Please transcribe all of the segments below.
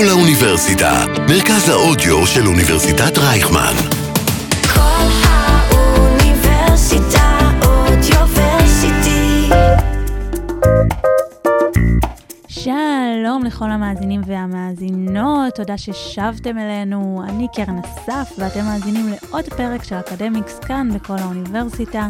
כל האוניברסיטה, מרכז האודיו של אוניברסיטת רייכמן. כל האוניברסיטה אודיוורסיטי. שלום לכל המאזינים והמאזינות, תודה ששבתם אלינו. אני קרן אסף ואתם מאזינים לעוד פרק של אקדמיקס כאן בכל האוניברסיטה.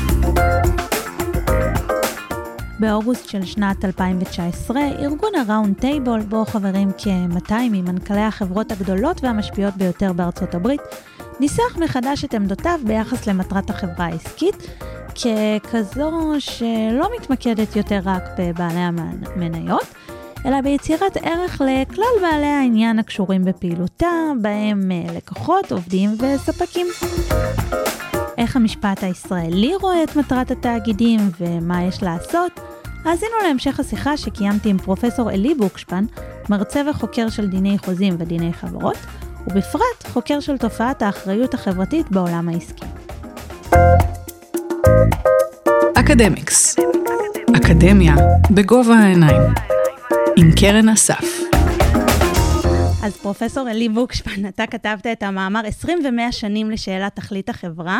באוגוסט של שנת 2019, ארגון הראונד טייבל, בו חברים כ-200 ממנכ"לי החברות הגדולות והמשפיעות ביותר בארצות הברית, ניסח מחדש את עמדותיו ביחס למטרת החברה העסקית, ככזו שלא מתמקדת יותר רק בבעלי המניות, אלא ביצירת ערך לכלל בעלי העניין הקשורים בפעילותה, בהם לקוחות, עובדים וספקים. איך המשפט הישראלי רואה את מטרת התאגידים ומה יש לעשות? האזינו להמשך השיחה שקיימתי עם פרופסור אלי בוקשפן, מרצה וחוקר של דיני חוזים ודיני חברות, ובפרט חוקר של תופעת האחריות החברתית בעולם העסקי. אקדמיקס. אקדמיה בגובה העיניים. עם קרן אסף. אז פרופסור אלי בוקשפן, אתה כתבת את המאמר 20 ו-100 שנים לשאלת תכלית החברה.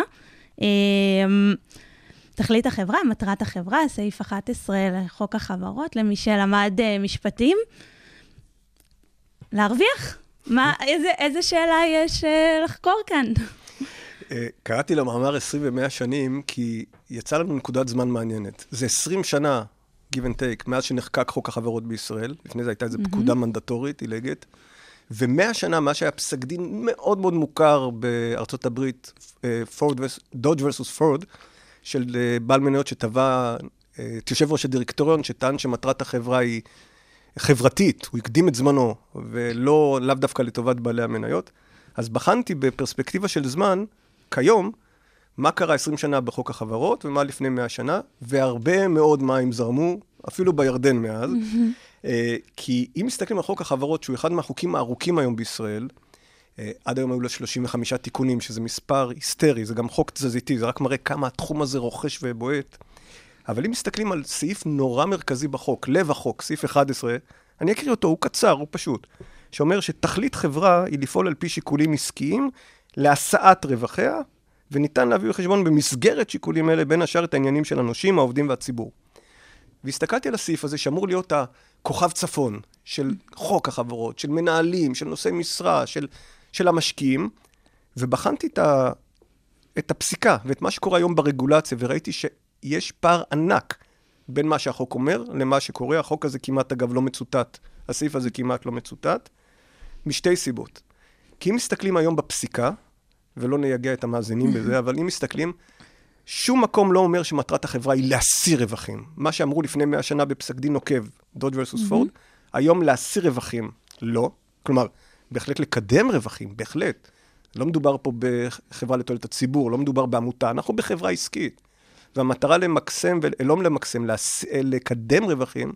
תכלית החברה, מטרת החברה, סעיף 11 לחוק החברות, למי שלמד משפטים. להרוויח? איזה שאלה יש לחקור כאן? קראתי למאמר 20 ו-100 שנים, כי יצא לנו נקודת זמן מעניינת. זה 20 שנה, give and take, מאז שנחקק חוק החברות בישראל. לפני זה הייתה איזו פקודה מנדטורית, עילגת. ו100 שנה, מה שהיה פסק דין מאוד מאוד מוכר בארצות הברית, דודג' versus פורד, של בעל מניות שטבע, את יושב ראש הדירקטוריון, שטען שמטרת החברה היא חברתית, הוא הקדים את זמנו, ולא לאו דווקא לטובת בעלי המניות. אז בחנתי בפרספקטיבה של זמן, כיום, מה קרה 20 שנה בחוק החברות, ומה לפני 100 שנה, והרבה מאוד מים זרמו, אפילו בירדן מאז, כי אם מסתכלים על חוק החברות, שהוא אחד מהחוקים הארוכים היום בישראל, עד היום היו לו 35 תיקונים, שזה מספר היסטרי, זה גם חוק תזזיתי, זה רק מראה כמה התחום הזה רוכש ובועט. אבל אם מסתכלים על סעיף נורא מרכזי בחוק, לב החוק, סעיף 11, אני אקריא אותו, הוא קצר, הוא פשוט, שאומר שתכלית חברה היא לפעול על פי שיקולים עסקיים, להשאת רווחיה, וניתן להביא בחשבון במסגרת שיקולים אלה, בין השאר את העניינים של הנושים, העובדים והציבור. והסתכלתי על הסעיף הזה, שאמור להיות הכוכב צפון של חוק החברות, של מנהלים, של נושאי משרה, של המשקיעים, ובחנתי את הפסיקה ואת מה שקורה היום ברגולציה, וראיתי שיש פער ענק בין מה שהחוק אומר למה שקורה. החוק הזה כמעט, אגב, לא מצוטט. הסעיף הזה כמעט לא מצוטט, משתי סיבות. כי אם מסתכלים היום בפסיקה, ולא נייגע את המאזינים בזה, אבל אם מסתכלים, שום מקום לא אומר שמטרת החברה היא להסיר רווחים. מה שאמרו לפני 100 שנה בפסק דין נוקב, דודג' versus פורד, היום להסיר רווחים, לא. כלומר, בהחלט לקדם רווחים, בהחלט. לא מדובר פה בחברה לתועלת הציבור, לא מדובר בעמותה, אנחנו בחברה עסקית. והמטרה למקסם ולא למקסם, לקדם רווחים,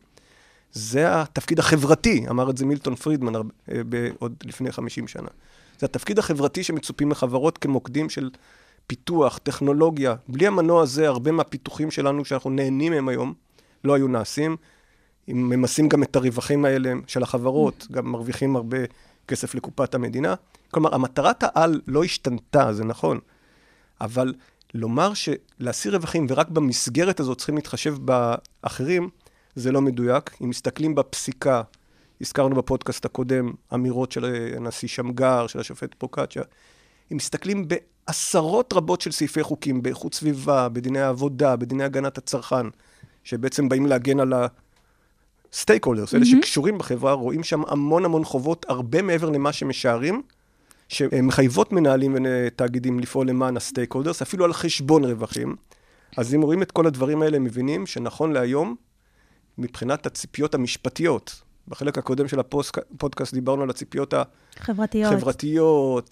זה התפקיד החברתי, אמר את זה מילטון פרידמן עוד לפני 50 שנה. זה התפקיד החברתי שמצופים לחברות כמוקדים של פיתוח, טכנולוגיה. בלי המנוע הזה, הרבה מהפיתוחים שלנו שאנחנו נהנים מהם היום, לא היו נעשים. אם ממסים גם את הרווחים האלה של החברות, גם מרוויחים הרבה כסף לקופת המדינה. כלומר, המטרת העל לא השתנתה, זה נכון. אבל לומר שלהסיר רווחים ורק במסגרת הזאת צריכים להתחשב באחרים, זה לא מדויק. אם מסתכלים בפסיקה, הזכרנו בפודקאסט הקודם, אמירות של הנשיא שמגר, של השופט פרוקצ'יה, אם מסתכלים בעשרות רבות של סעיפי חוקים, באיכות סביבה, בדיני העבודה, בדיני הגנת הצרכן, שבעצם באים להגן על הסטייקהולדרס, אלה שקשורים בחברה, רואים שם המון המון חובות, הרבה מעבר למה שמשערים, שמחייבות מנהלים ותאגידים לפעול למען הסטייקהולדרס, אפילו על חשבון רווחים. אז אם רואים את כל הדברים האלה, מבינים שנכון להיום, מבחינת הציפיות המשפטיות, בחלק הקודם של הפודקאסט דיברנו על הציפיות החברתיות,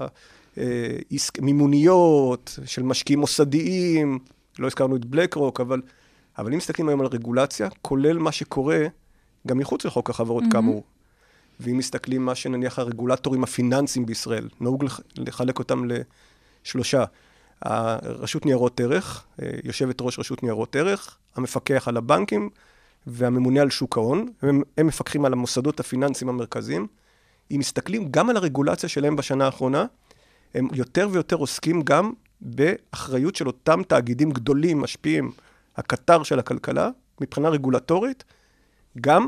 מימוניות, של משקיעים מוסדיים, לא הזכרנו את בלק רוק, אבל אם מסתכלים היום על רגולציה, כולל מה שקורה גם מחוץ לחוק החברות כאמור, ואם מסתכלים מה שנניח הרגולטורים הפיננסיים בישראל, נהוג לחלק אותם לשלושה, הרשות ניירות ערך, יושבת ראש רשות ניירות ערך, המפקח על הבנקים, והממונה על שוק ההון, הם מפקחים על המוסדות הפיננסיים המרכזיים, אם מסתכלים גם על הרגולציה שלהם בשנה האחרונה, הם יותר ויותר עוסקים גם באחריות של אותם תאגידים גדולים, משפיעים, הקטר של הכלכלה, מבחינה רגולטורית, גם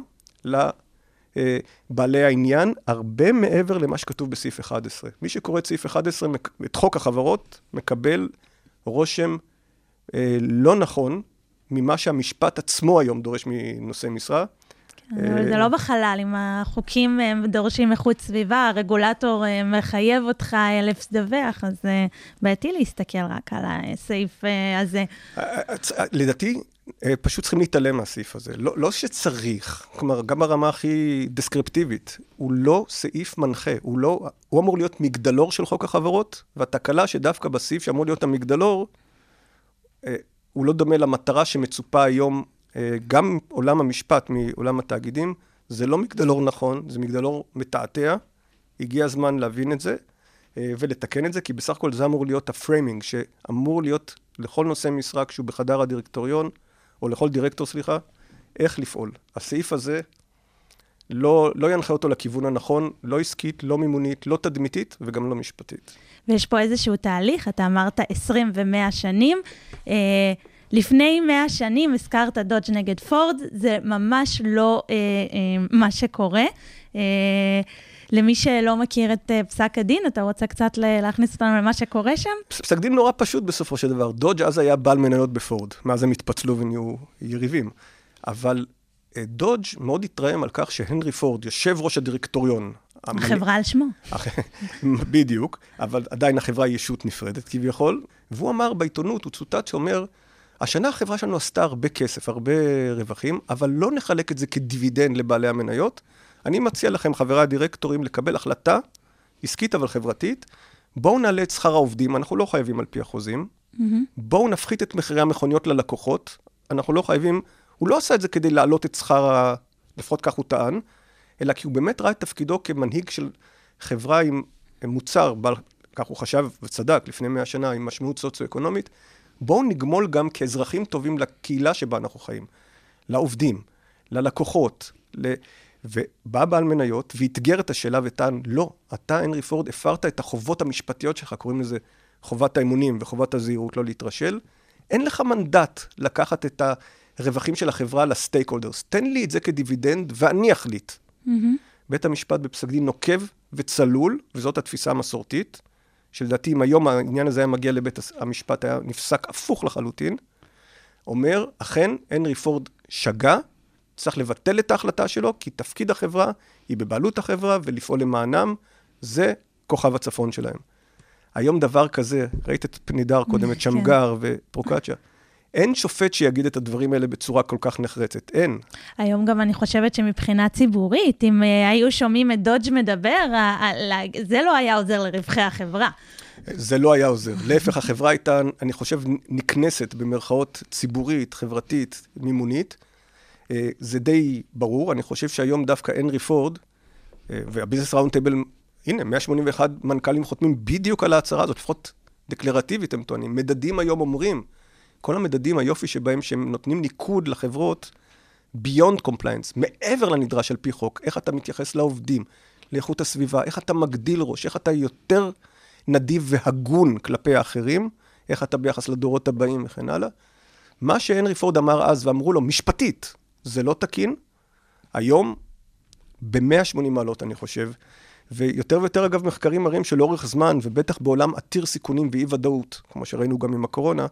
לבעלי העניין, הרבה מעבר למה שכתוב בסעיף 11. מי שקורא את סעיף 11, את חוק החברות, מקבל רושם לא נכון, ממה שהמשפט עצמו היום דורש מנושא משרה. אבל זה לא בחלל, אם החוקים דורשים איכות סביבה, הרגולטור מחייב אותך לדווח, אז בעייתי להסתכל רק על הסעיף הזה. לדעתי, פשוט צריכים להתעלם מהסעיף הזה. לא שצריך, כלומר, גם ברמה הכי דסקריפטיבית, הוא לא סעיף מנחה, הוא אמור להיות מגדלור של חוק החברות, והתקלה שדווקא בסעיף שאמור להיות המגדלור, הוא לא דומה למטרה שמצופה היום, גם עולם המשפט מעולם התאגידים, זה לא מגדלור נכון, זה מגדלור מתעתע, הגיע הזמן להבין את זה, ולתקן את זה, כי בסך הכל זה אמור להיות הפריימינג, שאמור להיות לכל נושא משרה כשהוא בחדר הדירקטוריון, או לכל דירקטור, סליחה, איך לפעול. הסעיף הזה לא ינחה אותו לכיוון הנכון, לא עסקית, לא מימונית, לא תדמיתית, וגם לא משפטית. ויש פה איזשהו תהליך, אתה אמרת 20 ו-100 שנים, לפני 100 שנים הזכרת דודג' נגד פורד, זה ממש לא מה שקורה. למי שלא מכיר את פסק הדין, אתה רוצה קצת להכניס אותנו למה שקורה שם? פסק דין נורא פשוט בסופו של דבר. דודג' אז היה בעל מניות בפורד, מאז הם התפצלו ונהיו יריבים. אבל דודג' מאוד התרעם על כך שהנרי פורד, יושב ראש הדירקטוריון, החברה על שמו. בדיוק, אבל עדיין החברה היא ישות נפרדת כביכול, והוא אמר בעיתונות, הוא צוטט שאומר, השנה החברה שלנו עשתה הרבה כסף, הרבה רווחים, אבל לא נחלק את זה כדיבידנד לבעלי המניות. אני מציע לכם, חברי הדירקטורים, לקבל החלטה, עסקית אבל חברתית, בואו נעלה את שכר העובדים, אנחנו לא חייבים על פי החוזים, בואו נפחית את מחירי המכוניות ללקוחות, אנחנו לא חייבים, הוא לא עשה את זה כדי להעלות את שכר, לפחות כך הוא טען, אלא כי הוא באמת ראה את תפקידו כמנהיג של חברה עם מוצר, כך הוא חשב וצדק לפני 100 שנה, עם משמעות סוציו-אקונומית, בואו נגמול גם כאזרחים טובים לקהילה שבה אנחנו חיים, לעובדים, ללקוחות, ובא בעל מניות והתגר את השאלה וטען, לא, אתה, הנרי פורד, הפרת את החובות המשפטיות שלך, קוראים לזה חובת האמונים וחובת הזהירות, לא להתרשל, אין לך מנדט לקחת את הרווחים של החברה לסטייק הולדרס, תן לי את זה כדיבידנד ואני אחליט. בית המשפט בפסק דין נוקב וצלול, וזאת התפיסה המסורתית, שלדעתי אם היום העניין הזה היה מגיע לבית המשפט, היה נפסק הפוך לחלוטין, אומר, אכן, הנרי פורד שגה, צריך לבטל את ההחלטה שלו, כי תפקיד החברה היא בבעלות החברה, ולפעול למענם, זה כוכב הצפון שלהם. היום דבר כזה, ראית את פנידר קודם, את שמגר ופרוקצ'ה, אין שופט שיגיד את הדברים האלה בצורה כל כך נחרצת, אין. היום גם אני חושבת שמבחינה ציבורית, אם היו שומעים את דודג' מדבר, זה לא היה עוזר לרווחי החברה. זה לא היה עוזר. להפך, החברה הייתה, אני חושב, נכנסת במרכאות ציבורית, חברתית, מימונית. זה די ברור. אני חושב שהיום דווקא הנרי פורד, והביזנס ראונד טייבל, הנה, 181 מנכ"לים חותמים בדיוק על ההצהרה הזאת, לפחות דקלרטיבית הם טוענים. מדדים היום אומרים, כל המדדים, היופי שבהם שהם נותנים ניקוד לחברות, beyond compliance, מעבר לנדרש על פי חוק, איך אתה מתייחס לעובדים, לאיכות הסביבה, איך אתה מגדיל ראש, איך אתה יותר נדיב והגון כלפי האחרים, איך אתה ביחס לדורות הבאים וכן הלאה. מה שהנרי פורד אמר אז, ואמרו לו, משפטית, זה לא תקין, היום, ב-180 מעלות אני חושב, ויותר ויותר אגב מחקרים מראים שלאורך זמן, ובטח בעולם עתיר סיכונים ואי ודאות, כמו שראינו גם עם הקורונה,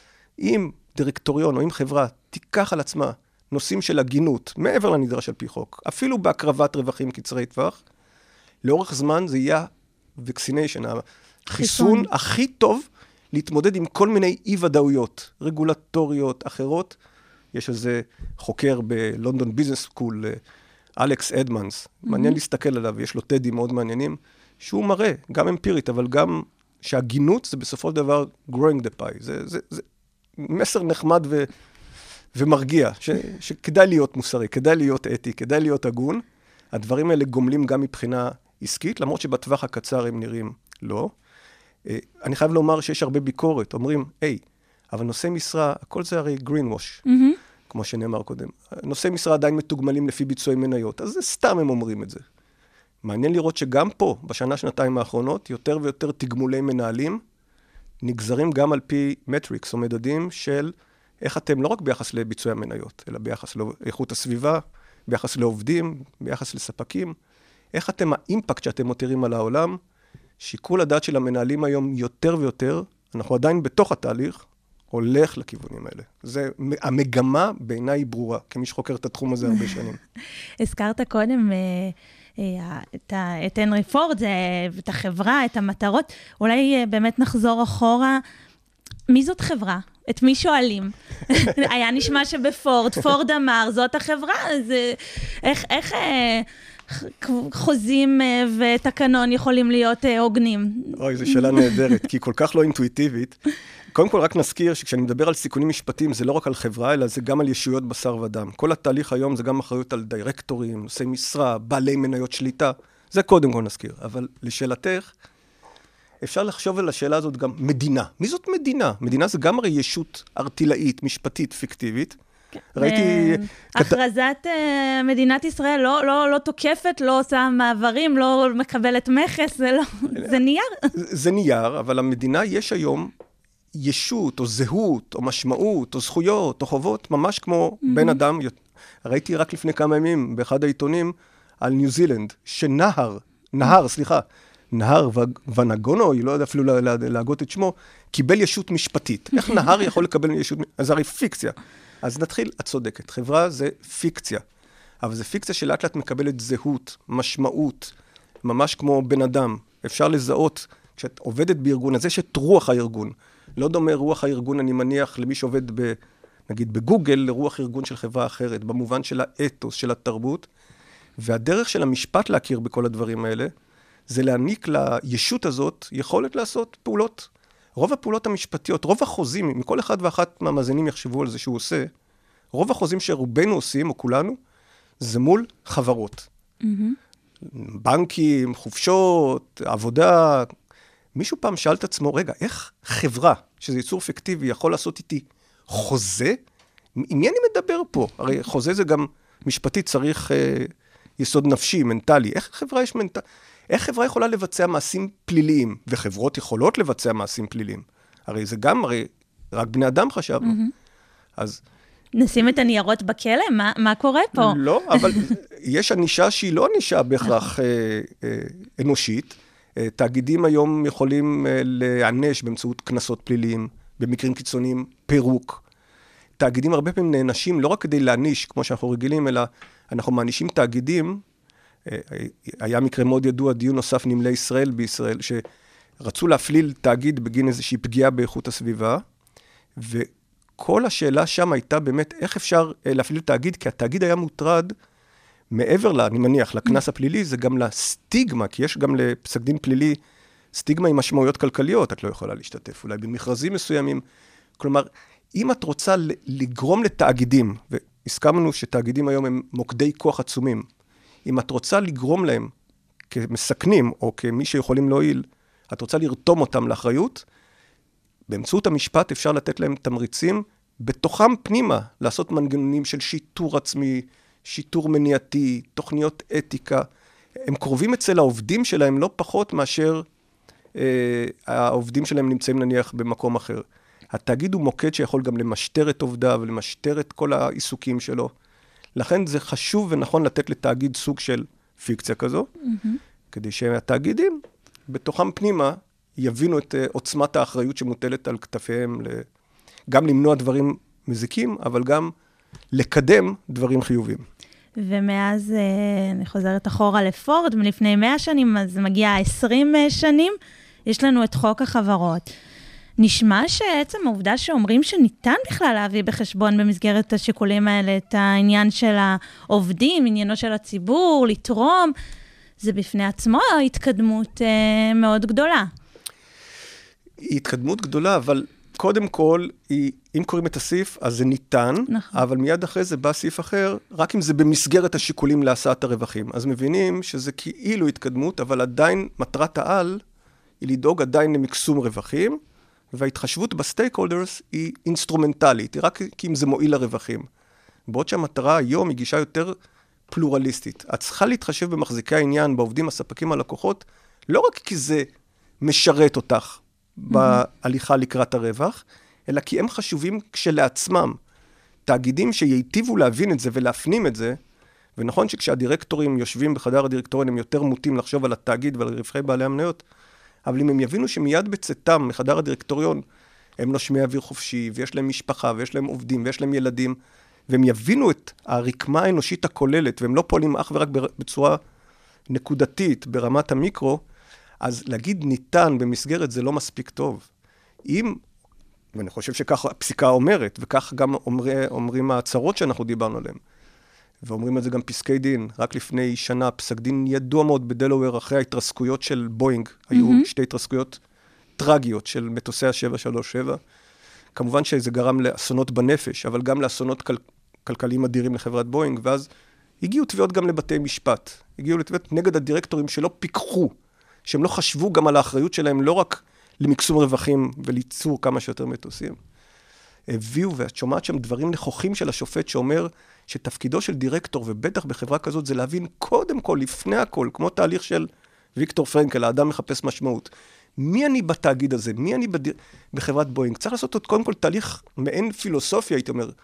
אם דירקטוריון או אם חברה תיקח על עצמה נושאים של הגינות, מעבר לנדרש על פי חוק, אפילו בהקרבת רווחים קצרי טווח, לאורך זמן זה יהיה vaccination, החיסון הכי טוב להתמודד עם כל מיני אי-ודאויות, רגולטוריות אחרות. יש איזה חוקר בלונדון ביזנס סקול, אלכס אדמנס, מעניין להסתכל עליו, יש לו טדים מאוד מעניינים, שהוא מראה, גם אמפירית, אבל גם שהגינות זה בסופו של דבר growing the pie. זה מסר נחמד ומרגיע, שכדאי להיות מוסרי, כדאי להיות אתי, כדאי להיות הגון. הדברים האלה גומלים גם מבחינה עסקית, למרות שבטווח הקצר הם נראים לא. אני חייב לומר שיש הרבה ביקורת, אומרים, אבל נושאי משרה, הכל זה הרי greenwash, כמו שנאמר קודם. נושאי משרה עדיין מתוגמלים לפי ביצועי מניות, אז זה סתם הם אומרים את זה. מעניין לראות שגם פה, בשנה-שנתיים האחרונות, יותר ויותר תגמולי מנהלים, נגזרים גם על פי מטריקס או מדדים של איך אתם, לא רק ביחס לביצועי המניות, אלא ביחס לאיכות הסביבה, ביחס לעובדים, ביחס לספקים, איך אתם, האימפקט שאתם מותירים על העולם, שיקול הדעת של המנהלים היום יותר ויותר, אנחנו עדיין בתוך התהליך, הולך לכיוונים האלה. המגמה בעיניי היא ברורה, כמי שחוקר את התחום הזה הרבה שנים. הזכרת קודם את הנרי פורד, את החברה, את המטרות. אולי באמת נחזור אחורה. מי זאת חברה? את מי שואלים? היה נשמע שבפורד, פורד אמר, זאת החברה, אז איך חוזים ותקנון יכולים להיות הוגנים? אוי, זו שאלה נהדרת, כי היא כל כך לא אינטואיטיבית. קודם כל, רק נזכיר שכשאני מדבר על סיכונים משפטיים, זה לא רק על חברה, אלא זה גם על ישויות בשר ודם. כל התהליך היום זה גם אחריות על דירקטורים, נושאי משרה, בעלי מניות שליטה. זה קודם כל נזכיר. אבל לשאלתך, אפשר לחשוב על השאלה הזאת גם מדינה. מי זאת מדינה? מדינה זה גם הרי ישות ארטילאית, משפטית, פיקטיבית. ראיתי... הכרזת מדינת ישראל לא תוקפת, לא עושה מעברים, לא מקבלת מכס, זה נייר. זה נייר, אבל המדינה יש היום ישות, או זהות, או משמעות, או זכויות, או חובות, ממש כמו בן אדם. ראיתי רק לפני כמה ימים באחד העיתונים על ניו זילנד, נהר ונגונו, היא לא יודע אפילו להגות את שמו, קיבל ישות משפטית. איך נהר יכול לקבל ישות משפטית? אז הרי פיקציה. אז נתחיל, את צודקת. חברה זה פיקציה. אבל זה פיקציה שלאט לאט מקבלת זהות, משמעות, ממש כמו בן אדם. אפשר לזהות, כשאת עובדת בארגון, אז יש את רוח הארגון. לא דומה רוח הארגון, אני מניח, למי שעובד נגיד בגוגל, לרוח ארגון של חברה אחרת, במובן של האתוס, של התרבות. והדרך של המשפט להכיר בכל הדברים האלה, זה להעניק לישות הזאת יכולת לעשות פעולות. רוב הפעולות המשפטיות, רוב החוזים, מכל אחד ואחת מהמאזינים יחשבו על זה שהוא עושה, רוב החוזים שרובנו עושים, או כולנו, זה מול חברות. בנקים, חופשות, עבודה. מישהו פעם שאל את עצמו, רגע, איך חברה, שזה ייצור פיקטיבי, יכול לעשות איתי חוזה? עם מי אני מדבר פה? הרי חוזה זה גם משפטית צריך יסוד נפשי, מנטלי. איך חברה יכולה לבצע מעשים פליליים? וחברות יכולות לבצע מעשים פליליים. הרי זה גם, רק בני אדם חשבנו. אז... נשים את הניירות בכלא? מה קורה פה? לא, אבל יש ענישה שהיא לא ענישה בהכרח אנושית. תאגידים היום יכולים להענש באמצעות כנסות פליליים, במקרים קיצוניים, פירוק. תאגידים הרבה פעמים נענשים לא רק כדי להעניש, כמו שאנחנו רגילים, אלא אנחנו מענישים תאגידים. היה מקרה מאוד ידוע, דיון נוסף נמלי ישראל בישראל, שרצו להפליל תאגיד בגין איזושהי פגיעה באיכות הסביבה, וכל השאלה שם הייתה באמת איך אפשר להפליל תאגיד, כי התאגיד היה מוטרד מעבר אני מניח, לכנס הפלילי, זה גם לסטיגמה, כי יש גם לפסק דין פלילי סטיגמה עם משמעויות כלכליות, את לא יכולה להשתתף, אולי במכרזים מסוימים. כלומר, אם את רוצה לגרום לתאגידים, והסכמנו שתאגידים היום הם מוקדי כוח עצומים, אם את רוצה לגרום להם כמסכנים, או כמי שיכולים להועיל, את רוצה לרתום אותם לאחריות, באמצעות המשפט אפשר לתת להם תמריצים, בתוכם פנימה, לעשות מנגנונים של שיטור עצמי, שיטור מניעתי, תוכניות אתיקה. הם קרובים אצל העובדים שלהם לא פחות מאשר העובדים שלהם נמצאים נניח במקום אחר. התאגיד הוא מוקד שיכול גם למשטר את עובדיו, למשטר את כל העיסוקים שלו. לכן זה חשוב ונכון לתת לתאגיד סוג של פיקציה כזו, כדי שהתאגידים בתוכם פנימה יבינו את עוצמת האחריות שמוטלת על כתפיהם, גם למנוע דברים מזיקים, אבל גם לקדם דברים חיוביים. ומאז אני חוזרת אחורה לפורד, מלפני 100 שנים, אז מגיע 20 שנים, יש לנו את חוק החברות. נשמע שעצם העובדה שאומרים שניתן בכלל להביא בחשבון במסגרת השיקולים האלה את העניין של העובדים, עניינו של הציבור, לתרום, זה בפני עצמו התקדמות מאוד גדולה. היא התקדמות גדולה, אבל קודם כל, אם קוראים את הסעיף, אז זה ניתן, נכון. אבל מיד אחרי זה בא סעיף אחר, רק אם זה במסגרת השיקולים להשאת הרווחים. אז מבינים שזה כאילו התקדמות, אבל עדיין מטרת העל היא לדאוג עדיין למקסום רווחים, וההתחשבות בסטייקהולדרס היא אינסטרומנטלית, היא רק כי אם זה מועיל לרווחים. בעוד שהמטרה היום היא גישה יותר פלורליסטית. את צריכה להתחשב במחזיקי העניין, בעובדים, הספקים, הלקוחות, לא רק כי זה משרת אותך בהליכה לקראת הרווח, אלא כי הם חשובים כשלעצמם. תאגידים שייטיבו להבין את זה ולהפנים את זה, ונכון שכשהדירקטורים יושבים בחדר הדירקטורים, הם יותר מוטים לחשוב על התאגיד ועל רווחי בעלי המניות, אבל אם הם יבינו שמיד בצאתם מחדר הדירקטוריון, הם נושמי אוויר חופשי, ויש להם משפחה, ויש להם עובדים, ויש להם ילדים, והם יבינו את הרקמה האנושית הכוללת, והם לא פועלים אך ורק בצורה נקודתית ברמת המיקרו, אז להגיד ניתן במסגרת זה לא מספיק טוב. אם, ואני חושב שכך הפסיקה אומרת, וכך גם אומרים ההצהרות שאנחנו דיברנו עליהן, ואומרים על זה גם פסקי דין. רק לפני שנה, פסק דין ידוע מאוד בדלוור, אחרי ההתרסקויות של בוינג, היו שתי התרסקויות טרגיות של מטוסי ה-737. כמובן שזה גרם לאסונות בנפש, אבל גם לאסונות כלכליים אדירים לחברת בוינג, ואז הגיעו תביעות גם לבתי משפט. הגיעו לתביעות נגד הדירקטורים שלא פיקחו, שהם לא חשבו גם על האחריות שלהם, לא רק למקסום רווחים וליצור כמה שיותר מטוסים. הביאו, ואת שומעת שם דברים נכוחים של השופט שאומר שתפקידו של דירקטור, ובטח בחברה כזאת, זה להבין קודם כל, לפני הכל, כמו תהליך של ויקטור פרנקל, האדם מחפש משמעות. מי אני בתאגיד הזה? מי אני בחברת בוינג? צריך לעשות עוד קודם כל תהליך מעין פילוסופיה, הייתי אומר,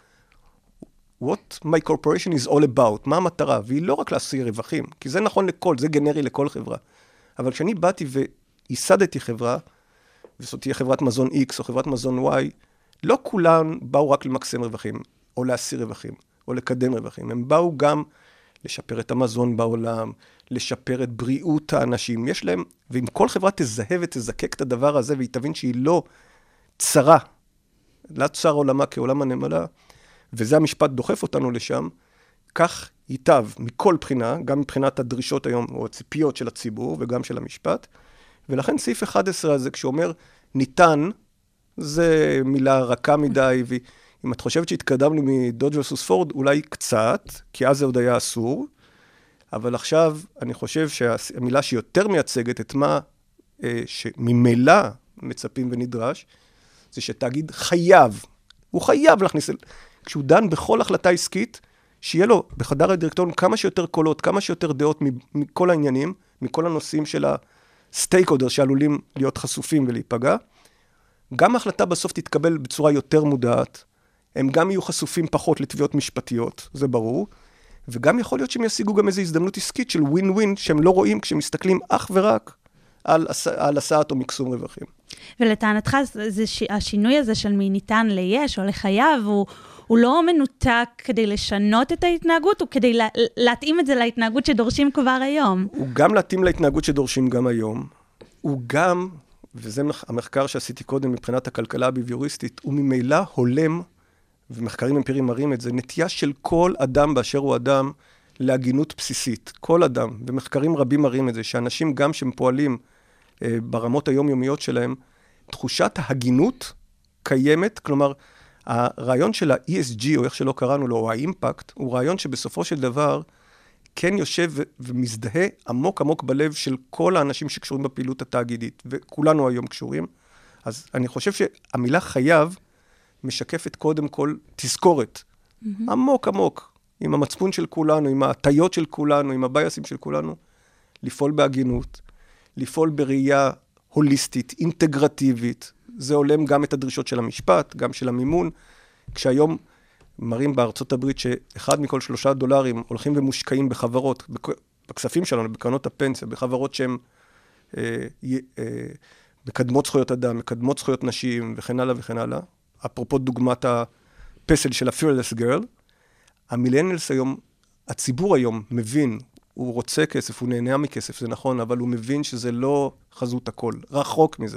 what my corporation is all about, מה המטרה? והיא לא רק להשיא רווחים, כי זה נכון לכל, זה גנרי לכל חברה. אבל כשאני באתי וייסדתי חברה, וזאת תהיה חברת מזון X או חברת מזון Y, לא כולן באו רק למקסם רווחים, או להשיא רווחים, או לקדם רווחים. הם באו גם לשפר את המזון בעולם, לשפר את בריאות האנשים. יש להם, ואם כל חברה תזהה ותזקק את הדבר הזה, והיא תבין שהיא לא צרה, לא צר עולמה כעולם הנמלה, וזה המשפט דוחף אותנו לשם, כך ייטב מכל בחינה, גם מבחינת הדרישות היום, או הציפיות של הציבור, וגם של המשפט. ולכן סעיף 11 הזה, כשאומר ניתן, זה מילה רכה מדי, ואם את חושבת שהתקדמנו מדודג' ורסוס פורד, אולי קצת, כי אז זה עוד היה אסור, אבל עכשיו אני חושב שהמילה שיותר מייצגת את מה שממילא מצפים ונדרש, זה שתאגיד חייב, הוא חייב להכניס, כשהוא דן בכל החלטה עסקית, שיהיה לו בחדר הדירקטוריון כמה שיותר קולות, כמה שיותר דעות מכל העניינים, מכל הנושאים של הסטייקהולדר שעלולים להיות חשופים ולהיפגע. גם ההחלטה בסוף תתקבל בצורה יותר מודעת, הם גם יהיו חשופים פחות לתביעות משפטיות, זה ברור, וגם יכול להיות שהם ישיגו גם איזו הזדמנות עסקית של ווין ווין, שהם לא רואים כשמסתכלים אך ורק על הסעת או מקסום רווחים. ולטענתך, השינוי הזה של מי ניתן ליש או לחייב, הוא לא מנותק כדי לשנות את ההתנהגות, הוא כדי להתאים את זה להתנהגות שדורשים כבר היום. הוא גם להתאים להתנהגות שדורשים גם היום. הוא גם, וזה המחקר שעשיתי קודם מבחינת הכלכלה הביביוריסטית, הוא ממילא הולם, ומחקרים אמפיריים מראים את זה, נטייה של כל אדם באשר הוא אדם להגינות בסיסית. כל אדם, ומחקרים רבים מראים את זה, שאנשים גם שהם פועלים ברמות היומיומיות שלהם, תחושת ההגינות קיימת, כלומר, הרעיון של ה-ESG, או איך שלא קראנו לו, או האימפקט, הוא רעיון שבסופו של דבר כן יושב ומזדהה עמוק עמוק בלב של כל האנשים שקשורים בפעילות התאגידית, וכולנו היום קשורים. אז אני חושב שהמילה חייב משקפת קודם כל תזכורת, עמוק עמוק, עם המצפון של כולנו, עם ההטיות של כולנו, עם הבייסים של כולנו, לפעול בהגינות, לפעול בראייה הוליסטית, אינטגרטיבית. זה עולם גם את הדרישות של המשפט, גם של המימון. כשהיום מראים בארצות הברית שאחד מכל $3 הולכים ומושקעים בחברות, בכספים שלנו, בקרנות הפנסיה, בחברות שהן מקדמות זכויות אדם, מקדמות זכויות נשים וכן הלאה וכן הלאה. אפרופו דוגמת הפסל של ה-Fearless Girl, המילניאלס היום, הציבור היום מבין, הוא רוצה כסף, הוא נהנה מכסף, זה נכון, אבל הוא מבין שזה לא חזות הכל, רחוק מזה.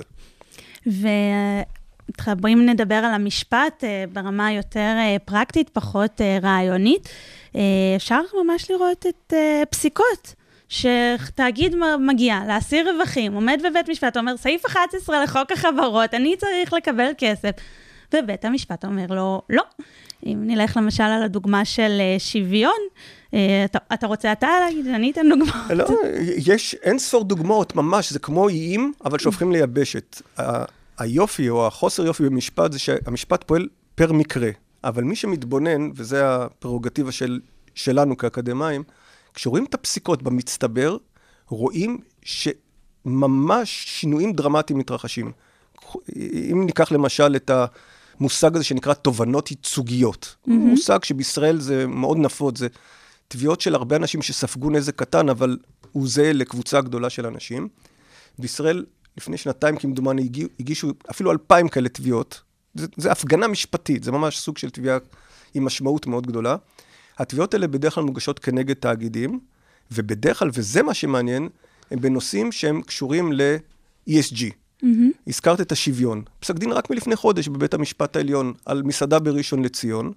ותחברים נדבר על המשפט ברמה יותר פרקטית, פחות רעיונית. אפשר ממש לראות את פסיקות, שתאגיד מגיע להשיא רווחים, עומד בבית משפט, אומר, סעיף 11 לחוק החברות, אני צריך לקבל כסף. ובית המשפט אומר לו, לא. אם נלך למשל על הדוגמה של שוויון, אתה רוצה להגיד, אני אתן דוגמאות. לא, יש אין ספור דוגמאות, ממש, זה כמו איים, אבל שהופכים לייבשת. היופי או החוסר יופי במשפט, זה שהמשפט פועל פר מקרה, אבל מי שמתבונן, וזה הפררוגטיבה של שלנו כאקדמיים, כשרואים את הפסיקות במצטבר, רואים שממש שינויים דרמטיים מתרחשים. אם ניקח למשל את המושג הזה שנקרא תובנות ייצוגיות, מושג שבישראל זה מאוד נפוץ, זה תביעות של הרבה אנשים שספגו נזק קטן, אבל הוא זהה לקבוצה גדולה של אנשים. בישראל, לפני שנתיים כמדומני, הגישו אפילו 2,000 כאלה תביעות. זה הפגנה משפטית, זה ממש סוג של תביעה עם משמעות מאוד גדולה. התביעות האלה בדרך כלל מוגשות כנגד תאגידים, ובדרך כלל, וזה מה שמעניין, הם בנושאים שהם קשורים ל-ESG. הזכרת את השוויון. פסק דין רק מלפני חודש בבית המשפט העליון על מסעדה בראשון לציון.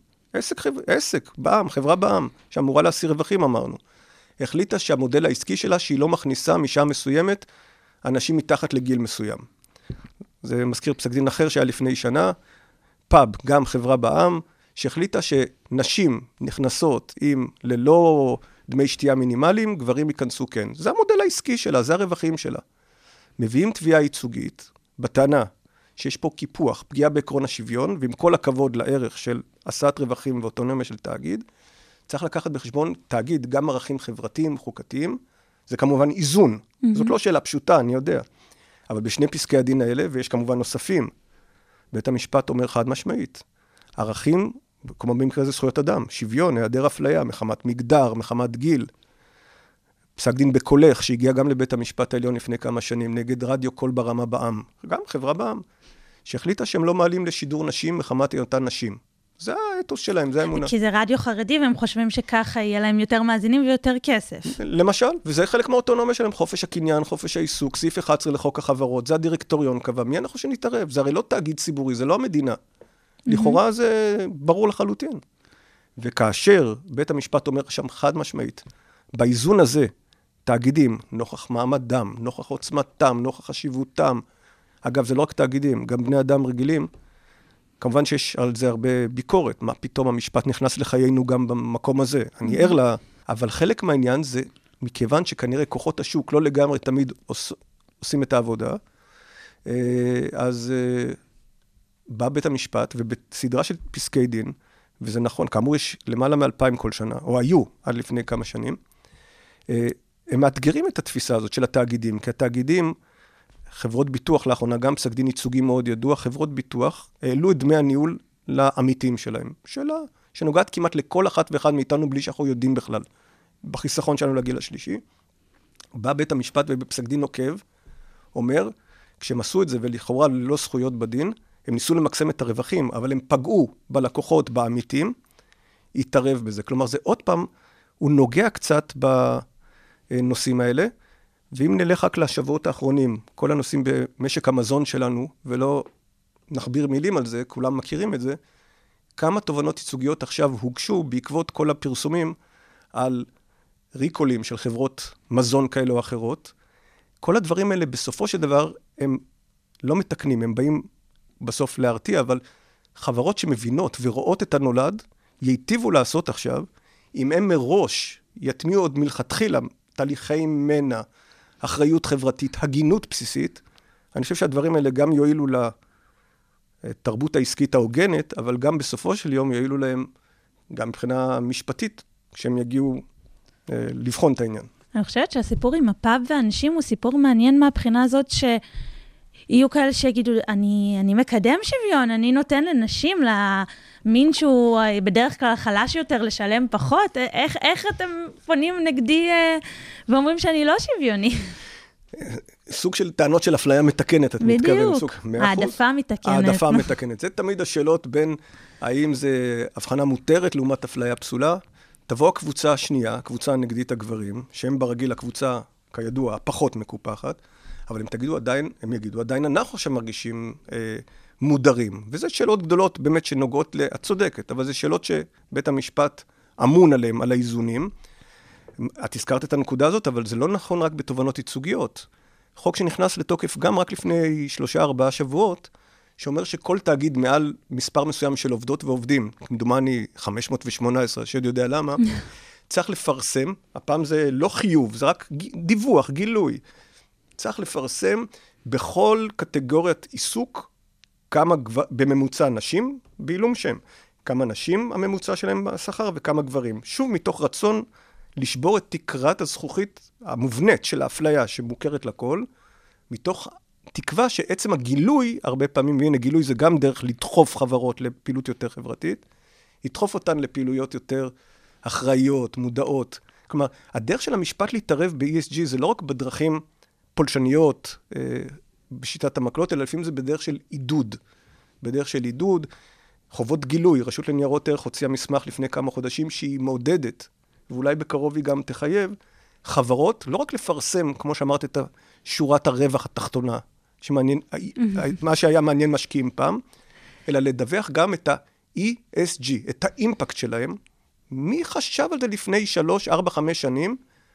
עסק בעם, חברה בעם, שאמורה להסיר רווחים, אמרנו. החליטה שהמודל העסקי שלה, שהיא לא מכניסה משעה מסוימת, אנשים מתחת לגיל מסוים. זה מזכיר פסק דין אחר שהיה לפני שנה, פאב, גם חברה בעם, שהחליטה שנשים נכנסות עם ללא דמי שתייה מינימליים, גברים ייכנסו כן. זה המודל העסקי שלה, זה הרווחים שלה. מביאים תביעה ייצוגית, בטענה שיש פה קיפוח, פגיעה בעקרון השוויון, ועם כל הכבוד לערך של עשת רווחים ואוטונומיה של תאגיד, צריך לקחת בחשבון תאגיד, גם ערכים חברתיים, חוקתיים, זה כמובן איזון. זאת לא שאלה פשוטה, אני יודע. אבל בשני פסקי הדין האלה, ויש כמובן נוספים, בית המשפט אומר חד משמעית, ערכים, כמו במקרה זה זכויות אדם, שוויון, היעדר אפליה, מחמת מגדר, מחמת גיל, פסק דין בקולך, שהגיע גם לבית המשפט העליון לפני כמה שנים, נגד רדיו קול ברמה בעם, גם חברה בעם, שהחליטה שהם לא מעלים לשידור נשים מחמת היותן נשים. זה האתוס שלהם, זה האמונה. כי זה רדיו חרדי, והם חושבים שככה יהיה להם יותר מאזינים ויותר כסף. למשל, וזה חלק מהאוטונומיה שלהם, חופש הקניין, חופש העיסוק, סעיף 11 לחוק החברות, זה הדירקטוריון קבע, מי אנחנו שנתערב? זה הרי לא תאגיד ציבורי, זה לא המדינה. לכאורה זה ברור לחלוטין. וכאשר בית המשפט אומר שם חד משמעית, באיזון הזה, תאגידים, נוכח מעמדם, נוכח עוצמתם, נוכח חשיבותם, אגב, זה לא רק תאגידים, גם בני אדם רגילים, כמובן שיש על זה הרבה ביקורת, מה פתאום המשפט נכנס לחיינו גם במקום הזה, אני ער לה, אבל חלק מהעניין זה, מכיוון שכנראה כוחות השוק לא לגמרי תמיד עושים את העבודה, אז בא בית המשפט, ובסדרה של פסקי דין, וזה נכון, כאמור יש למעלה מ-2,000 כל שנה, או היו עד לפני כמה שנים, הם מאתגרים את התפיסה הזאת של התאגידים, כי התאגידים, חברות ביטוח לאחרונה, גם פסק דין ייצוגי מאוד ידוע, חברות ביטוח העלו את דמי הניהול לעמיתים שלהם. שאלה שנוגעת כמעט לכל אחת ואחד מאיתנו בלי שאנחנו יודעים בכלל. בחיסכון שלנו לגיל השלישי. בא בית המשפט ובפסק דין עוקב, אומר, כשהם עשו את זה ולכאורה ללא זכויות בדין, הם ניסו למקסם את הרווחים, אבל הם פגעו בלקוחות, בעמיתים, יתערב בזה. כלומר, זה עוד פעם, הוא נוגע קצת בנושאים האלה, ואם נלך רק לשבועות האחרונים, כל הנושאים במשק המזון שלנו, ולא נחביר מילים על זה, כולם מכירים את זה, כמה תובנות ייצוגיות עכשיו הוגשו בעקבות כל הפרסומים על ריקולים של חברות מזון כאלה או אחרות. כל הדברים האלה בסופו של דבר הם לא מתקנים, הם באים בסוף להרתיע, אבל חברות שמבינות ורואות את הנולד, ייטיבו לעשות עכשיו, אם הם מראש יטמיעו עוד מלכתחילה תהליכי מנע, אחריות חברתית, הגינות בסיסית, אני חושב שהדברים האלה גם יועילו לתרבות העסקית ההוגנת, אבל גם בסופו של יום יועילו להם, גם מבחינה משפטית, כשהם יגיעו לבחון את העניין. אני חושבת שהסיפור עם הפאב והאנשים הוא סיפור מעניין מהבחינה הזאת שיהיו כאלה שיגידו, אני מקדם שוויון, אני נותן לנשים, למין שהוא בדרך כלל חלש יותר לשלם פחות, איך אתם פונים נגדי ואומרים שאני לא שוויוני? סוג של טענות של אפליה מתקנת, את מתכוון. בדיוק, העדפה מתקנת. העדפה מתקנת. זה תמיד השאלות בין האם זה הבחנה מותרת לעומת אפליה פסולה. תבוא הקבוצה השנייה, קבוצה נגדית הגברים, שהם ברגיל הקבוצה, כידוע, הפחות מקופחת, אבל הם יגידו עדיין אנחנו שמרגישים מודרים. וזה שאלות גדולות באמת שנוגעות את צודקת, אבל זה שאלות שבית המשפט אמון עליהם, על האיזונים. את הזכרת את הנקודה הזאת, אבל זה לא נכון רק בתובנות ייצוגיות. חוק שנכנס לתוקף גם רק לפני 3-4 שבועות, שאומר שכל תאגיד מעל מספר מסוים של עובדות ועובדים, כמדומני 518, שעוד יודע למה, צריך לפרסם, הפעם זה לא חיוב, זה רק דיווח, גילוי. צריך לפרסם בכל קטגוריית עיסוק, כמה בממוצע נשים בעילום שם, כמה נשים הממוצע שלהם בשכר וכמה גברים. שוב, מתוך רצון לשבור את תקרת הזכוכית המובנית של האפליה שמוכרת לכל, מתוך תקווה שעצם הגילוי, הרבה פעמים, והנה גילוי זה גם דרך לדחוף חברות לפעילות יותר חברתית, ידחוף אותן לפעילויות יותר אחראיות, מודעות. כלומר, הדרך של המשפט להתערב ב-ESG זה לא רק בדרכים פולשניות, בשיטת המקלות, אלא לפעמים זה בדרך של עידוד. בדרך של עידוד, חובות גילוי, רשות לניירות ערך הוציאה מסמך לפני כמה חודשים שהיא מעודדת, ואולי בקרוב היא גם תחייב, חברות, לא רק לפרסם, כמו שאמרת, את שורת הרווח התחתונה, שמעניין, מה שהיה מעניין משקיעים פעם, אלא לדווח גם את ה-ESG, את האימפקט שלהם. מי חשב על זה לפני 3, 4, 5 שנים,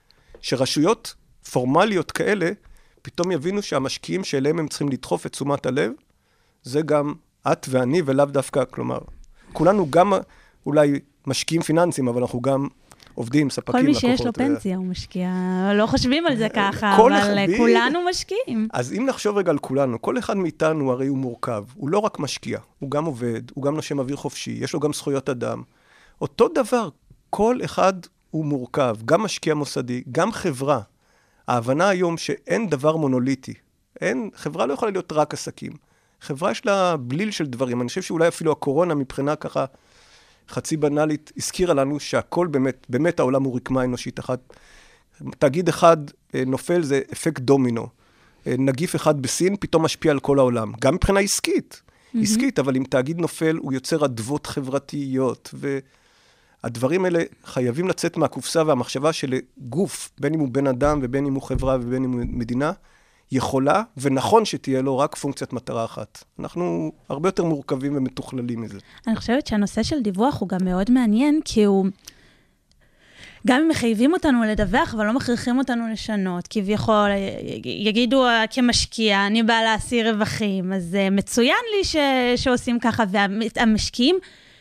שרשויות פורמליות כאלה, פתאום יבינו שהמשקיעים שאליהם הם צריכים לדחוף את תשומת הלב, זה גם את ואני ולאו דווקא, כלומר, כולנו גם אולי משקיעים פיננסיים, אבל אנחנו גם עובדים, ספקים, כל מי שיש לו פנסיה הוא משקיע, לא חושבים על זה ככה, אבל כולנו משקיעים. אז אם נחשוב רגע על כולנו, כל אחד מאיתנו הרי הוא מורכב, הוא לא רק משקיע, הוא גם עובד, הוא גם נושם אוויר חופשי, יש לו גם זכויות אדם. אותו דבר, כל אחד הוא מורכב, גם משקיע מוסדי, גם חברה. ההבנה היום שאין דבר מונוליטי, חברה לא יכולה להיות רק עסקים. חברה יש לה בליל של דברים. אני חושב שאולי אפילו הקורונה מבחינה ככה חצי בנאלית הזכירה לנו שהכל באמת העולם הוא רקמה אנושית אחת. תאגיד אחד נופל זה אפקט דומינו. נגיף אחד בסין פתאום משפיע על כל העולם. גם מבחינה עסקית, אבל אם תאגיד נופל הוא יוצר עדוות חברתיות, והדברים האלה חייבים לצאת מהקופסה והמחשבה של גוף, בין אם הוא בן אדם ובין אם הוא חברה ובין אם הוא מדינה, יכולה ונכון שתהיה לו רק פונקציית מטרה אחת. אנחנו הרבה יותר מורכבים ומתוכללים מזה. אני חושבת שהנושא של דיווח הוא גם מאוד מעניין, כי הוא גם אם מחייבים אותנו לדווח, אבל לא מכריחים אותנו לשנות, כביכול, יגידו כמשקיע, אני באה להשיא רווחים, אז מצוין לי שעושים ככה, והמשקיעים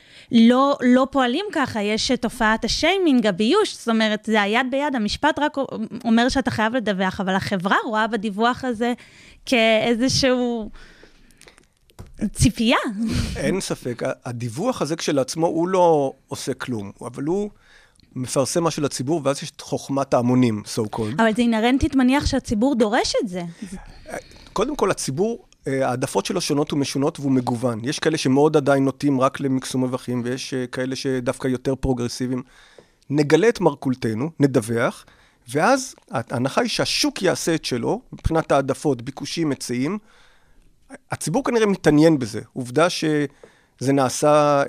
לא פועלים ככה, יש תופעת השיימינג, הביוש, זאת אומרת, זה היד ביד, המשפט רק אומר שאתה חייב לדווח, אבל החברה רואה בדיווח הזה כאיזשהו ציפייה. אין ספק, הדיווח הזה כשלעצמו הוא לא עושה כלום, אבל הוא מפרסם משהו לציבור, ואז יש את חוכמת ההמונים, so called. אבל זה אינרנטית מניח שהציבור דורש את זה. קודם כל, הציבור, העדפות שלו שונות ומשונות והוא מגוון. יש כאלה שמאוד עדיין נוטים רק למקסום רווחים, ויש כאלה שדווקא יותר פרוגרסיביים. נגלה את מרכולתנו, נדווח, ואז ההנחה היא שהשוק יעשה את שלו, מבחינת העדפות, ביקושים, מצעים. הציבור כנראה מתעניין בזה. עובדה שזה נעשה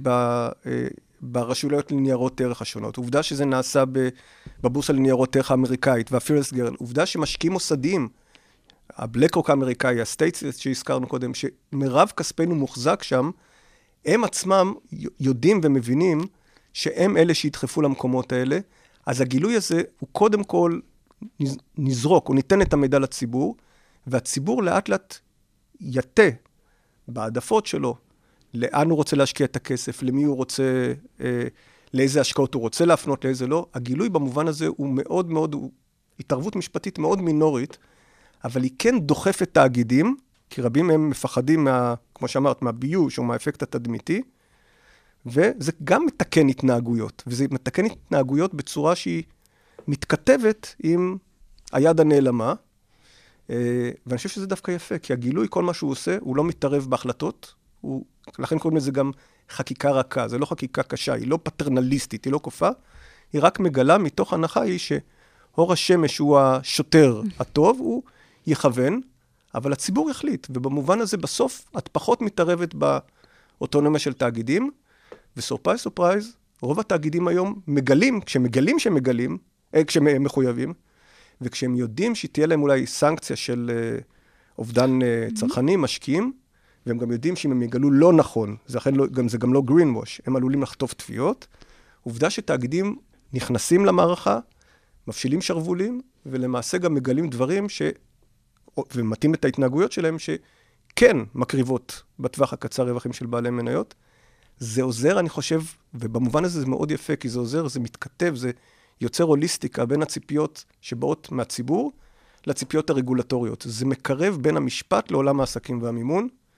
ברשויות לניירות ערך השונות. עובדה שזה נעשה בבורסה לניירות ערך האמריקאית, והפירס גרל. עובדה שמשקיעים מוסדיים, הבלקרוק האמריקאי, הסטייטס שהזכרנו קודם, שמרב כספנו מוחזק שם, הם עצמם יודעים ומבינים שהם אלה שידחפו למקומות האלה. אז הגילוי הזה הוא קודם כל נזרוק, הוא ניתן את המידע לציבור, והציבור לאט לאט יתה בעדפות שלו, לאן הוא רוצה להשקיע את הכסף, למי הוא רוצה, לאיזה השקעות הוא רוצה להפנות, לאיזה לא. הגילוי במובן הזה הוא מאוד מאוד, הוא התערבות משפטית מאוד מינורית, אבל היא כן דוחפת תאגידים, כי רבים הם מפחדים כמו שאמרת, מהביוש או מהאפקט התדמיתי, וזה גם מתקן התנהגויות, וזה מתקן התנהגויות בצורה שהיא מתכתבת עם היד הנעלמה, ואני חושב שזה דווקא יפה, כי הגילוי, כל מה שהוא עושה, הוא לא מתערב בהחלטות, לכן קוראים לזה גם חקיקה רכה, זה לא חקיקה קשה, היא לא פטרנליסטית, היא לא כופה, היא רק מגלה מתוך הנחה היא שאור השמש הוא השוטר הטוב, הוא יכוון, אבל הציבור יחליט, ובמובן הזה בסוף את פחות מתערבת באוטונומיה של תאגידים, וסורפרייז, סורפרייז, רוב התאגידים היום מגלים, כשהם מחויבים, וכשהם יודעים שתהיה להם אולי סנקציה של אובדן צרכנים, משקיעים, והם גם יודעים שאם הם יגלו לא נכון, זה גם לא green wash, הם עלולים לחטוף תביעות, עובדה שתאגידים נכנסים למערכה, מפשילים שרבולים, ולמעשה גם מגלים דברים ומתאים את ההתנהגויות שלהם, שכן מקריבות בטווח הקצר רווחים של בעלי מניות. זה עוזר, אני חושב, ובמובן הזה זה מאוד יפה, כי זה עוזר, זה מתכתב, זה יוצר הוליסטיקה בין הציפיות שבאות מהציבור, לציפיות הרגולטוריות. זה מקרב בין המשפט לעולם העסקים והמימון,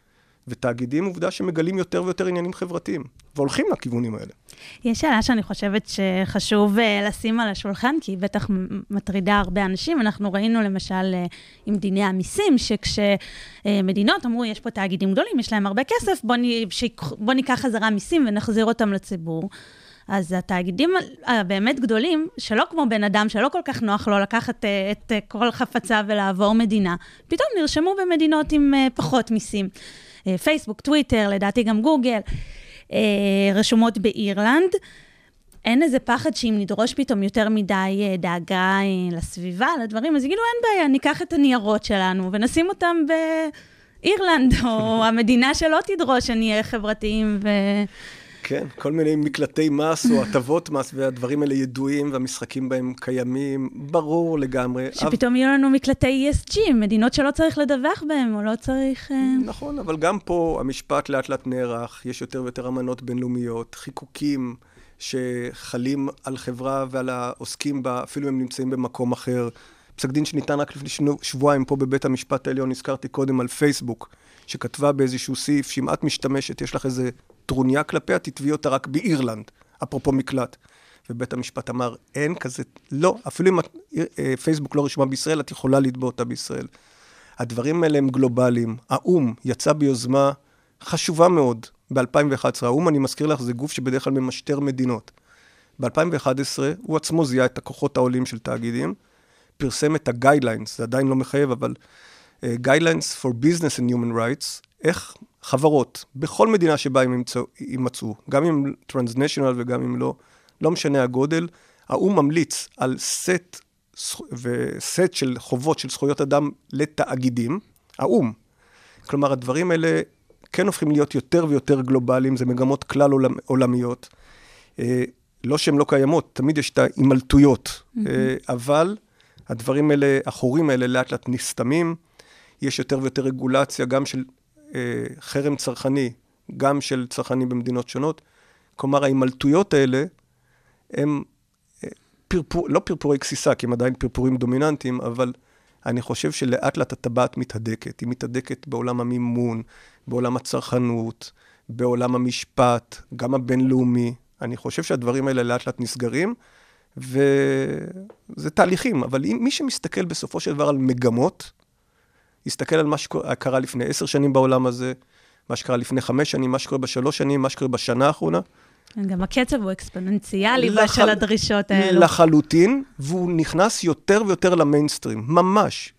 ותאגידים עובדה שמגלים יותר ויותר עניינים חברתיים, והולכים לכיוונים האלה. יש שאלה שאני חושבת שחשוב לשים על השולחן, כי היא בטח מטרידה הרבה אנשים. אנחנו ראינו למשל עם דיני המיסים, שכשמדינות אמרו, יש פה תאגידים גדולים, יש להם הרבה כסף, בוא ניקח חזרה מיסים ונחזיר אותם לציבור. אז התאגידים הבאמת גדולים, שלא כמו בן אדם, שלא כל כך נוח לו לקחת את כל חפצה ולעבור מדינה, פתאום נרשמו במדינות עם פחות מיסים. פייסבוק, טוויטר, לדעתי גם גוגל, רשומות באירלנד. אין איזה פחד שאם נדרוש פתאום יותר מדי דאגה לסביבה, לדברים, אז יגידו, אין בעיה, ניקח את הניירות שלנו ונשים אותם באירלנד, או המדינה שלא תדרוש שנהיה חברתיים כן, כל מיני מקלטי מס או הטבות מס, והדברים האלה ידועים, והמשחקים בהם קיימים, ברור לגמרי. שפתאום יהיו לנו מקלטי ESG, מדינות שלא צריך לדווח בהם, או לא צריך... נכון, אבל גם פה המשפט לאט לאט נערך, יש יותר ויותר אמנות בינלאומיות, חיקוקים שחלים על חברה ועל העוסקים בה, אפילו הם נמצאים במקום אחר. פסק דין שניתן רק לפני שבועיים פה בבית המשפט העליון, הזכרתי קודם על פייסבוק, שכתבה באיזשהו סעיף, שאם את משתמשת, יש לך איזה טרוניה כלפיה, תתביעי אותה רק באירלנד, אפרופו מקלט. ובית המשפט אמר, אין כזה, לא, אפילו אם פייסבוק לא רשומה בישראל, את יכולה לתבוע אותה בישראל. הדברים האלה הם גלובליים. האום יצא ביוזמה חשובה מאוד ב-2011. האום, אני מזכיר לך, זה גוף שבדרך כלל ממשטר מדינות. ב-2011 הוא עצמו זיהה את הכוחות העולים של תאגידים, פרסם את ה-guidelines, זה עדיין לא מחייב, אבל guidelines for business and human rights, איך חברות, בכל מדינה שבה הם יימצאו, גם אם טרנסנשיונל וגם אם לא משנה הגודל, האום ממליץ על סט של חובות של זכויות אדם לתאגידים, האום. כלומר, הדברים האלה כן הופכים להיות יותר ויותר גלובליים, זה מגמות כלל עולמיות. לא שהן לא קיימות, תמיד יש את ההימלטויות, אבל הדברים האלה, החורים האלה לאט לאט נסתמים, יש יותר ויותר רגולציה, גם של חרם צרכני, גם של צרכנים במדינות שונות. כלומר, ההימלטויות האלה, הם לא פרפורי כסיסה, כי הם עדיין פרפורים דומיננטיים, אבל אני חושב שלאט לאט הטבעת מתהדקת. היא מתהדקת בעולם המימון, בעולם הצרכנות, בעולם המשפט, גם הבינלאומי. אני חושב שהדברים האלה לאט לאט נסגרים, וזה תהליכים. אבל מי שמסתכל בסופו של דבר על מגמות, יסתכל על מה שקרה לפני 10 שנים בעולם הזה, מה שקרה לפני 5 שנים, מה שקורה ב3 שנים, מה שקורה בשנה האחרונה. גם הקצב הוא אקספוננציאלי של הדרישות האלו. לחלוטין, והוא נכנס יותר ויותר למיינסטרים, ממש.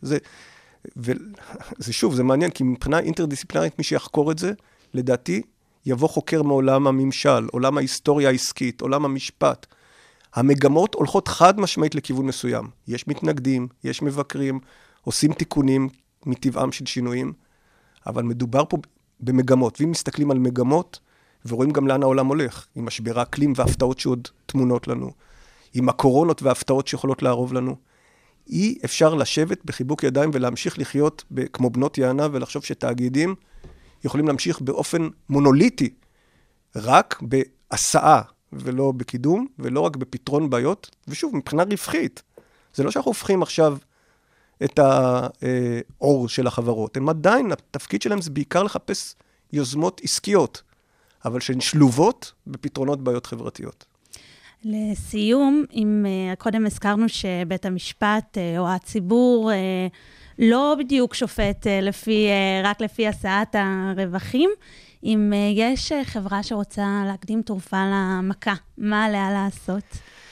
זה שוב, זה מעניין, כי מבחינה אינטרדיסציפלינרית, מי שיחקור את זה, לדעתי, יבוא חוקר מעולם הממשל, עולם ההיסטוריה העסקית, עולם המשפט. המגמות הולכות חד משמעית לכיוון מסוים. יש מתנגדים, יש מבקרים, עושים תיקונים מטבעם של שינויים, אבל מדובר פה במגמות. ואם מסתכלים על מגמות, ורואים גם לאן העולם הולך, עם משבר האקלים וההפתעות שעוד תמונות לנו, עם הקורונות וההפתעות שיכולות לערוב לנו, אי אפשר לשבת בחיבוק ידיים ולהמשיך לחיות כמו בנות יענה, ולחשוב שתאגידים יכולים להמשיך באופן מונוליטי, רק בהסעה ולא בקידום, ולא רק בפתרון בעיות, ושוב, מבחינה רווחית. זה לא שאנחנו הופכים עכשיו את האור של החברות. הם עדיין, התפקיד שלהם זה בעיקר לחפש יוזמות עסקיות, אבל שהן שלובות בפתרונות בעיות חברתיות. לסיום, אם קודם הזכרנו שבית המשפט או הציבור לא בדיוק שופט רק לפי השאת הרווחים, אם יש חברה שרוצה להקדים תרופה למכה, מה עליה לעשות?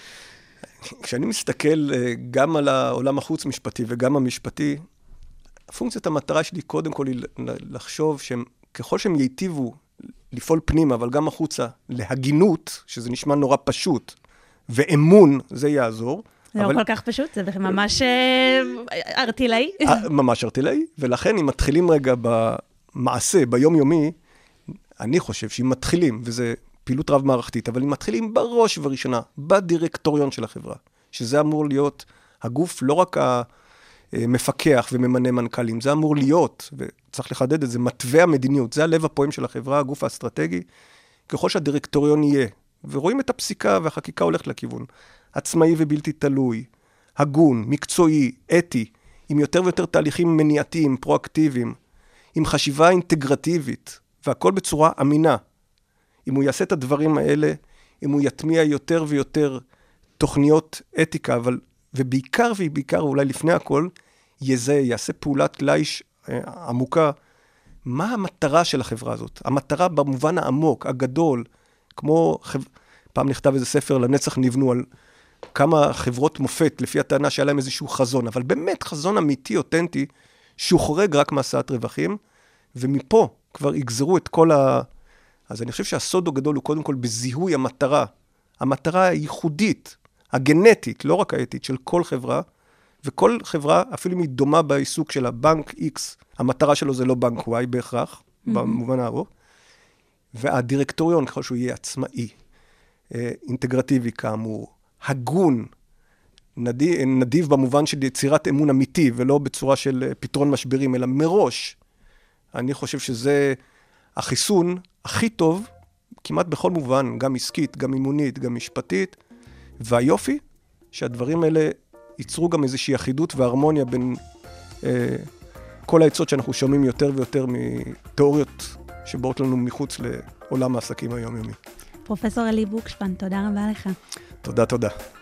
כשאני מסתכל גם על העולם החוץ משפטי וגם המשפטי, פונקציית המטרה שלי קודם כל היא לחשוב שככל שהם ייטיבו לפעול פנימה, אבל גם החוצה, להגינות, שזה נשמע נורא פשוט, ואמון, זה יעזור. זה לא כל כך פשוט, זה ממש ארטילאי. ממש ארטילאי, ולכן אם מתחילים רגע במעשה, ביומיומי, אני חושב שאם מתחילים, וזה פעילות רב מערכתית, אבל אם מתחילים בראש ובראשונה, בדירקטוריון של החברה, שזה אמור להיות הגוף לא רק המפקח וממנה מנכ"לים, זה אמור להיות, וצריך לחדד את זה, מתווה המדיניות, זה הלב הפועם של החברה, הגוף האסטרטגי, ככל שהדירקטוריון יהיה, ורואים את הפסיקה והחקיקה הולכת לכיוון, עצמאי ובלתי תלוי, הגון, מקצועי, אתי, עם יותר ויותר תהליכים מניעתיים, פרואקטיביים, עם חשיבה אינטגרטיבית, והכל בצורה אמינה. אם הוא יעשה את הדברים האלה, אם הוא יטמיע יותר ויותר תוכניות אתיקה, ובעיקר אולי לפני הכל, יעשה פעולת לייש עמוקה, מה המטרה של החברה הזאת? המטרה במובן העמוק, הגדול, כמו פעם נכתב איזה ספר, לנצח נבנו על כמה חברות מופת, לפי הטענה שהיה להם איזשהו חזון, אבל באמת חזון אמיתי, אותנטי, שהוא חורג רק מעשת רווחים, ומפה כבר יגזרו את כל אז אני חושב שהסוד הגדול הוא קודם כל בזיהוי המטרה הייחודית, הגנטית, לא רק האתית, של כל חברה, וכל חברה, אפילו אם היא דומה בעיסוק של הבנק X, המטרה שלו זה לא בנק Y בהכרח, במובן הארוך, והדירקטוריון, ככל שהוא יהיה עצמאי, אינטגרטיבי כאמור, הגון, נדיב במובן של יצירת אמון אמיתי, ולא בצורה של פתרון משברים, אלא מראש. אני חושב שזה החיסון הכי טוב, כמעט בכל מובן, גם עסקית, גם אימונית, גם משפטית, והיופי, שהדברים האלה ייצרו גם איזושהי אחידות והרמוניה בין כל העצות שאנחנו שומעים יותר ויותר מתיאוריות שבאות לנו מחוץ לעולם העסקים היומיומי. פרופסור אלי בוקשפן, תודה רבה לך. תודה.